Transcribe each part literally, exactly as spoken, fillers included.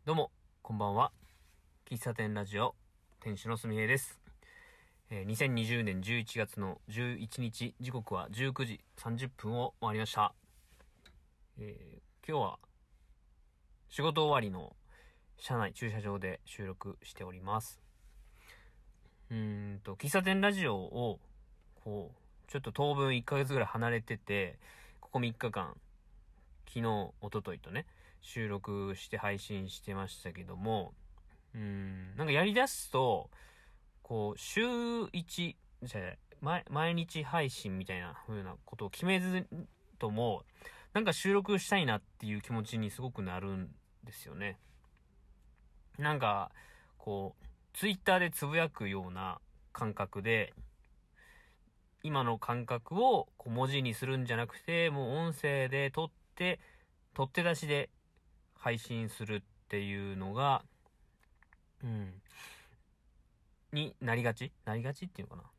どうも、こんばんは。喫茶店ラジオ、店主のすみへいです。えー、にせんにじゅうねんじゅういちがつのじゅういちにち、時刻はじゅうくじさんじゅっぷんを回りました。えー、今日は、仕事終わりの車内駐車場で収録しております。うーんと、喫茶店ラジオを、こう、ちょっと当分いっかげつぐらい離れてて、ここみっかかん、昨日、一昨日とね、収録して配信してましたけども、うーん、なんかやり出すと、こう、週いち、じゃ毎、毎日配信みたいな風なことを決めずとも、なんか収録したいなっていう気持ちにすごくなるんですよね。なんか、こう、ツイッターでつぶやくような感覚で、今の感覚をこう文字にするんじゃなくて、もう音声で撮って、取って出しで配信するっていうのが、うん、になりがちなりがちっていうのかなって、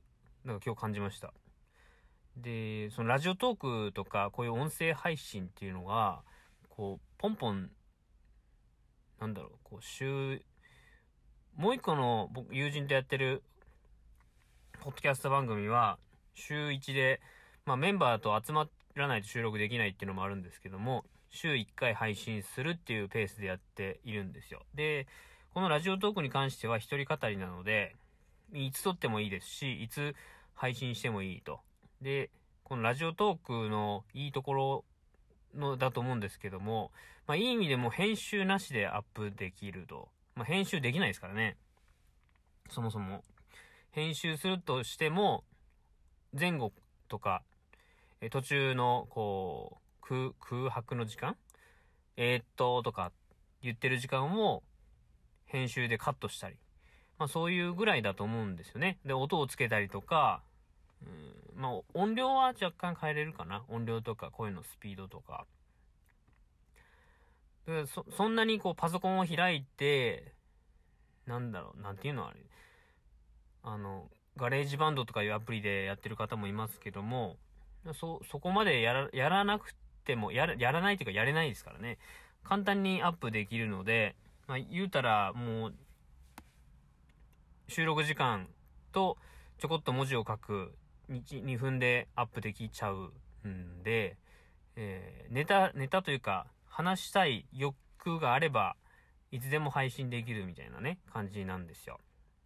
なんか今日感じました。で、そのラジオトークとか、こういう音声配信っていうのが、こう、ポンポン、なんだろう、こう、週、もう一個の僕、友人とやってる、ポッドキャスト番組は、週いちで、まあメンバーと集まらないと収録できないっていうのもあるんですけども、週いっかい配信するっていうペースでやっているんですよ。で、このラジオトークに関しては一人語りなので、いつ撮ってもいいですし、いつ配信してもいいと。で、このラジオトークのいいところのだと思うんですけども、まあいい意味でも編集なしでアップできると。まあ編集できないですからね。そもそも。編集するとしても、前後とか、え途中の、こう、空、空白の時間えー、っと、とか言ってる時間を編集でカットしたり。まあそういうぐらいだと思うんですよね。で、音をつけたりとか、うん、まあ音量は若干変えれるかな。音量とか声のスピードとか。でそ、そんなにこうパソコンを開いて、なんだろう、なんていうのあれ。あの、ガレージバンドとかいうアプリでやってる方もいますけども、そ、そこまでやら、やらなくても、やら、やらないというかやれないですからね。簡単にアップできるので、まあ言うたらもう、収録時間とちょこっと文字を書くにふんでアップできちゃうんで、えー、ネタ、ネタというか話したい欲求があればいつでも配信できるみたいなね、感じなんですよ。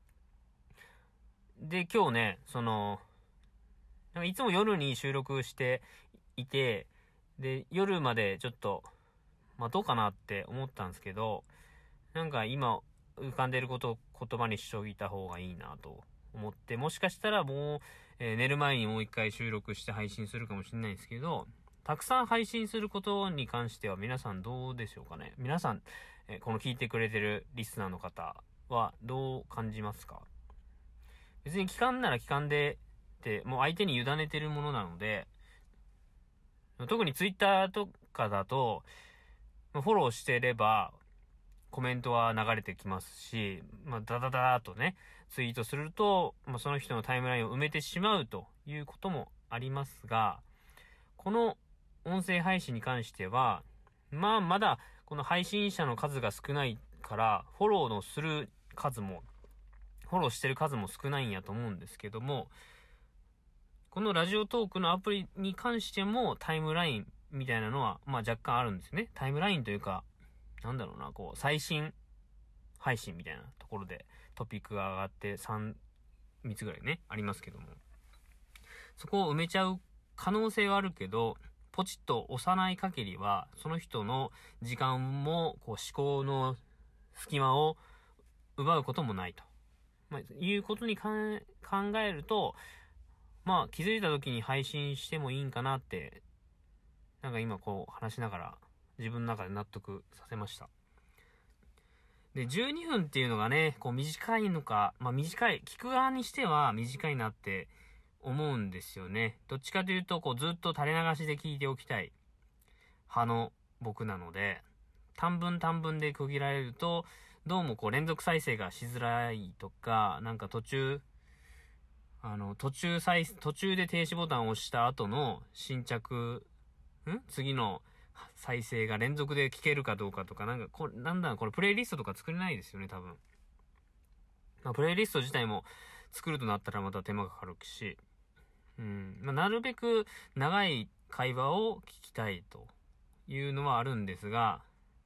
で、今日ね、その、なんかいつも夜に収録していて、で、夜までちょっと待とうかなって思ったんですけど、なんか今浮かんでることを言葉にしといた方がいいなと思って、もしかしたらもう、えー、寝る前にもう一回収録して配信するかもしれないですけど、たくさん配信することに関しては皆さんどうでしょうかね。皆さん、えー、この聞いてくれてるリスナーの方はどう感じますか？別に期間なら期間でって、もう相手に委ねてるものなので、特にツイッターとかだと、フォローしてれば、コメントは流れてきますし、まあ、ダダダーとね、ツイートすると、まあ、その人のタイムラインを埋めてしまうということもありますが、この音声配信に関しては、まあ、まだ、この配信者の数が少ないから、フォローのする数も、フォローしてる数も少ないんやと思うんですけども、このラジオトークのアプリに関してもタイムラインみたいなのは、まあ若干あるんですね。タイムラインというか、なんだろうな、こう、最新配信みたいなところでトピックが上がってさん、みっつぐらいね、ありますけども。そこを埋めちゃう可能性はあるけど、ポチッと押さない限りは、その人の時間も、こう、思考の隙間を奪うこともないと。まあ、いうことにかん考えると、まあ気づいた時に配信してもいいんかなって、なんか今こう話しながら自分の中で納得させました。で、じゅうにふんっていうのがね、こう短いのか、まあ短い、聞く側にしては短いなって思うんですよね。どっちかというと、こうずっと垂れ流しで聞いておきたい派の僕なので、短文短文で区切られると、どうもこう連続再生がしづらいとか、なんか途中、あの、途中再、途中で停止ボタンを押した後の新着、ん次の再生が連続で聞けるかどうかとか、なんかこれ、なんだろう、これプレイリストとか作れないですよね、多分。まあ、プレイリスト自体も作るとなったらまた手間がかかるし、うん。まあ、なるべく長い会話を聞きたいというのはあるんですが、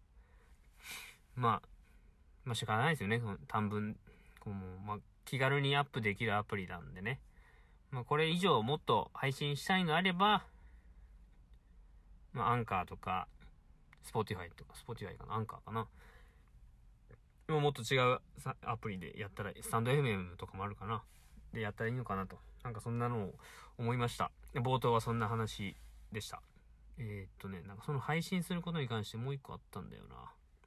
まあ、まあ仕方ないですよね。短文、こうもうまあ、気軽にアップできるアプリなんでね。まあこれ以上もっと配信したいのあれば、まあアンカーとか、スポティファイとか、スポティファイかな、アンカーかな。もうもっと違うアプリでやったら、スタンド エフエム とかもあるかな。でやったらいいのかなと。なんかそんなのを思いました。冒頭はそんな話でした。えー、っとね、なんかその配信することに関してもう一個あったんだよな。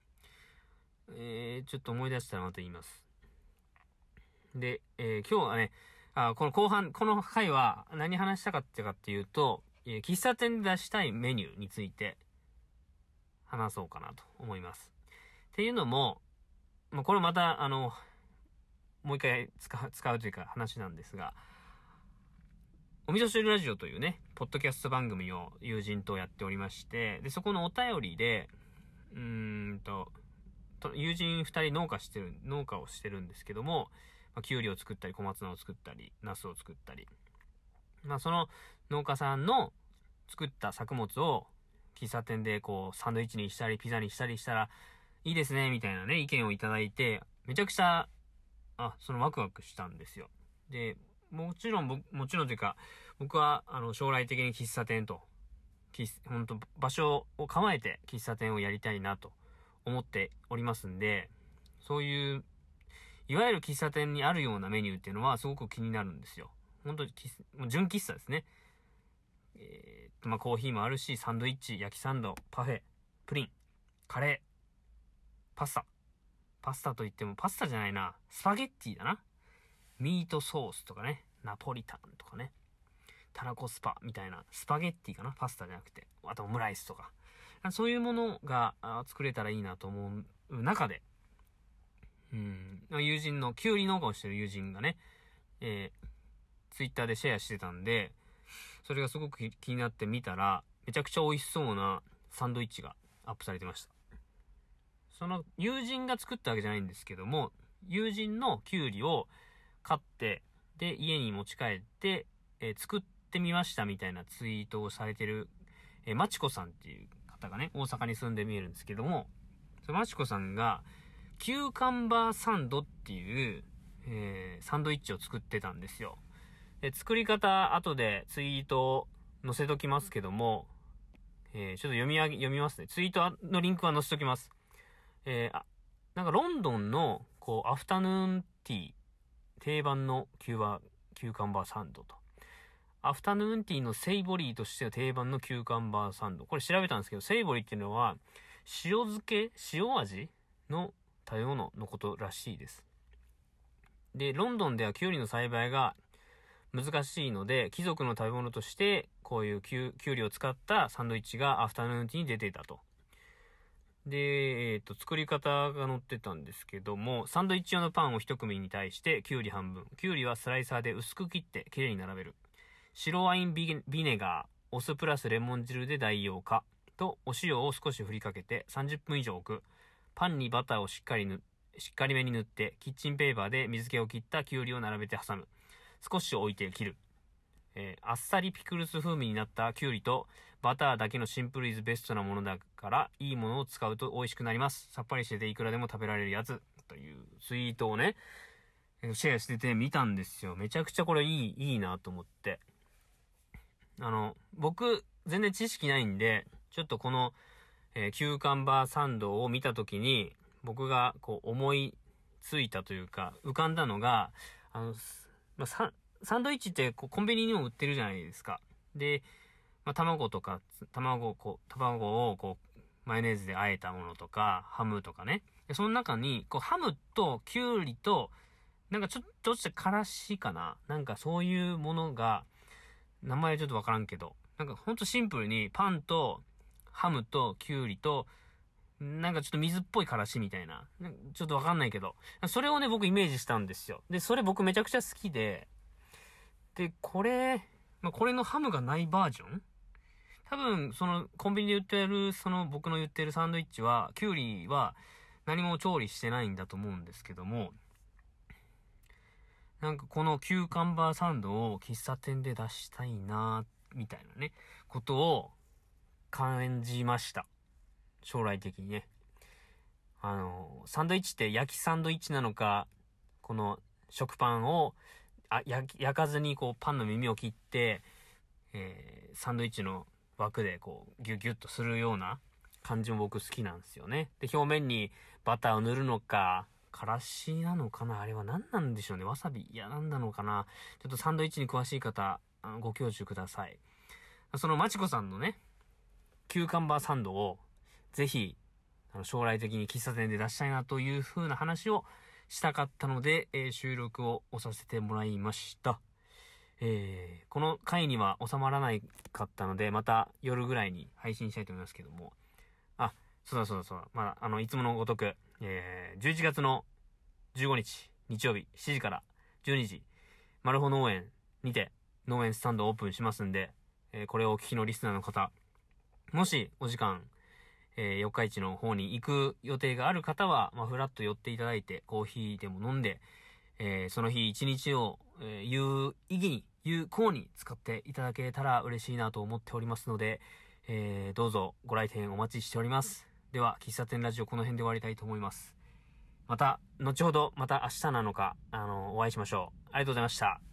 えー、ちょっと思い出したらまた言います。で、えー、今日はね、あ、この後半、この回は何話したかってかっていうと、えー、喫茶店で出したいメニューについて話そうかなと思います。っていうのも、まあ、これまた、あの、もう一回使う、使うというか話なんですが、お味噌汁ラジオというね、ポッドキャスト番組を友人とやっておりまして、で、そこのお便りで、うーんと、友人二人農家してる、農家をしてるんですけども、まあ、キュウリを作ったり、小松菜を作ったり、ナスを作ったり。まあ、その農家さんの作った作物を喫茶店でこう、サンドイッチにしたり、ピザにしたりしたら、いいですね、みたいなね、意見をいただいて、めちゃくちゃ、あ、そのワクワクしたんですよ。で、もちろん、もちろんというか、僕は、あの、将来的に喫茶店と、本当場所を構えて喫茶店をやりたいなと思っておりますんで、そういう、いわゆる喫茶店にあるようなメニューっていうのはすごく気になるんですよ。本当に、もう純喫茶ですね。えー、まあコーヒーもあるし、サンドイッチ、焼きサンド、パフェ、プリン、カレー、パスタ。パスタといってもパスタじゃないな。スパゲッティだな。ミートソースとかね。ナポリタンとかね。タラコスパみたいな。スパゲッティかな。パスタじゃなくて。あとオムライスとか。そういうものが作れたらいいなと思う中で、うん、友人の、キュウリ農家をしてる友人がね、えー、ツイッターでシェアしてたんで、それがすごく気になって見たら、めちゃくちゃ美味しそうなサンドイッチがアップされてました。その友人が作ったわけじゃないんですけども、友人のキュウリを買って、で、家に持ち帰って、えー、作ってみましたみたいなツイートをされてる、えー、まちこさんっていう方がね、大阪に住んで見えるんですけども、そのまちこさんが、キューカンバーサンドっていう、えー、サンドイッチを作ってたんですよ。で、作り方、後でツイートを載せときますけども、えー、ちょっと読み上げ、読みますね。ツイートのリンクは載せときます。えー、あ、なんかロンドンの、こう、アフタヌーンティー、定番のキューバー、キューカンバーサンドと。アフタヌーンティーのセイボリーとしては定番のキューカンバーサンド。これ調べたんですけど、セイボリーっていうのは、塩漬け、塩味の食べ物のことらしいです。で、ロンドンではキュウリの栽培が難しいので、貴族の食べ物として、こういうキュウリを使ったサンドイッチがアフタヌーンティーに出ていたと。で、えっと、作り方が載ってたんですけども、サンドイッチ用のパンを一組に対して、キュウリ半分。キュウリはスライサーで薄く切ってきれいに並べる。白ワインビネガー、お酢プラスレモン汁で代用か。と、お塩を少し振りかけてさんじゅっぷん以上置く。パンにバターをしっかりぬ、しっかりめに塗って、キッチンペーパーで水気を切ったキュウリを並べて挟む。少し置いて切る。えー、あっさりピクルス風味になったキュウリと、バターだけのシンプルイズベストなものだから、いいものを使うと美味しくなります。さっぱりしてていくらでも食べられるやつ。というツイートをね、シェアしてて見たんですよ。めちゃくちゃこれいい、いいなと思って。あの、僕、全然知識ないんで、ちょっとこの、えー、キューカンバーサンドを見たときに、僕がこう思いついたというか、浮かんだのが、あの、まあ、ササンドイッチってこうコンビニにも売ってるじゃないですか。で、まあ、卵とか、卵をこう、卵をこう、マヨネーズで和えたものとか、ハムとかね。でその中に、こう、ハムとキュウリと、なんかちょっとしたからしかな。なんかそういうものが、名前はちょっとわからんけど、なんかほんとシンプルにパンとハムとキュウリと、なんかちょっと水っぽいからしみたいな。ちょっとわかんないけど。それをね、僕イメージしたんですよ。で、それ僕めちゃくちゃ好きで、で、これ、まあ、これのハムがないバージョン多分、その、コンビニで売ってる、その僕の言ってるサンドイッチは、キュウリは何も調理してないんだと思うんですけども、なんかこのキューカンバーサンドを喫茶店で出したいなみたいなね、ことを感じました。将来的にね。あの、サンドイッチって焼きサンドイッチなのか、この食パンを、あ、焼、焼かずにこうパンの耳を切って、えー、サンドイッチの枠でこうギュギュッとするような感じも僕好きなんですよね。で、表面にバターを塗るのか、からしなのかな、あれは何なんでしょうね。わさび、いや、何なのかな。ちょっとサンドイッチに詳しい方、ご教授ください。そのまちこさんのね、キューカンバーサンドを、ぜひ、あの将来的に喫茶店で出したいなという風な話をしたかったので、えー、収録を押させてもらいました。えー、この回には収まらないかったので、また夜ぐらいに配信したいと思いますけども。あ、そうだそうだそうだ。まあ、あの、いつものごとく、えー、じゅういちがつのじゅうごにち、日曜日、しちじからじゅうにじ、マルホ農園にて、農園スタンドオープンしますんで、えー、これをお聞きのリスナーの方、もしお時間、えー、四日市の方に行く予定がある方は、まあ、ふらっと寄っていただいて、コーヒーでも飲んで、えー、その日一日を、えー、有意義に、有効に使っていただけたら嬉しいなと思っておりますので、えー、どうぞご来店お待ちしております。では、喫茶店ラジオこの辺で終わりたいと思います。また、後ほど、また明日なのか、あの、お会いしましょう。ありがとうございました。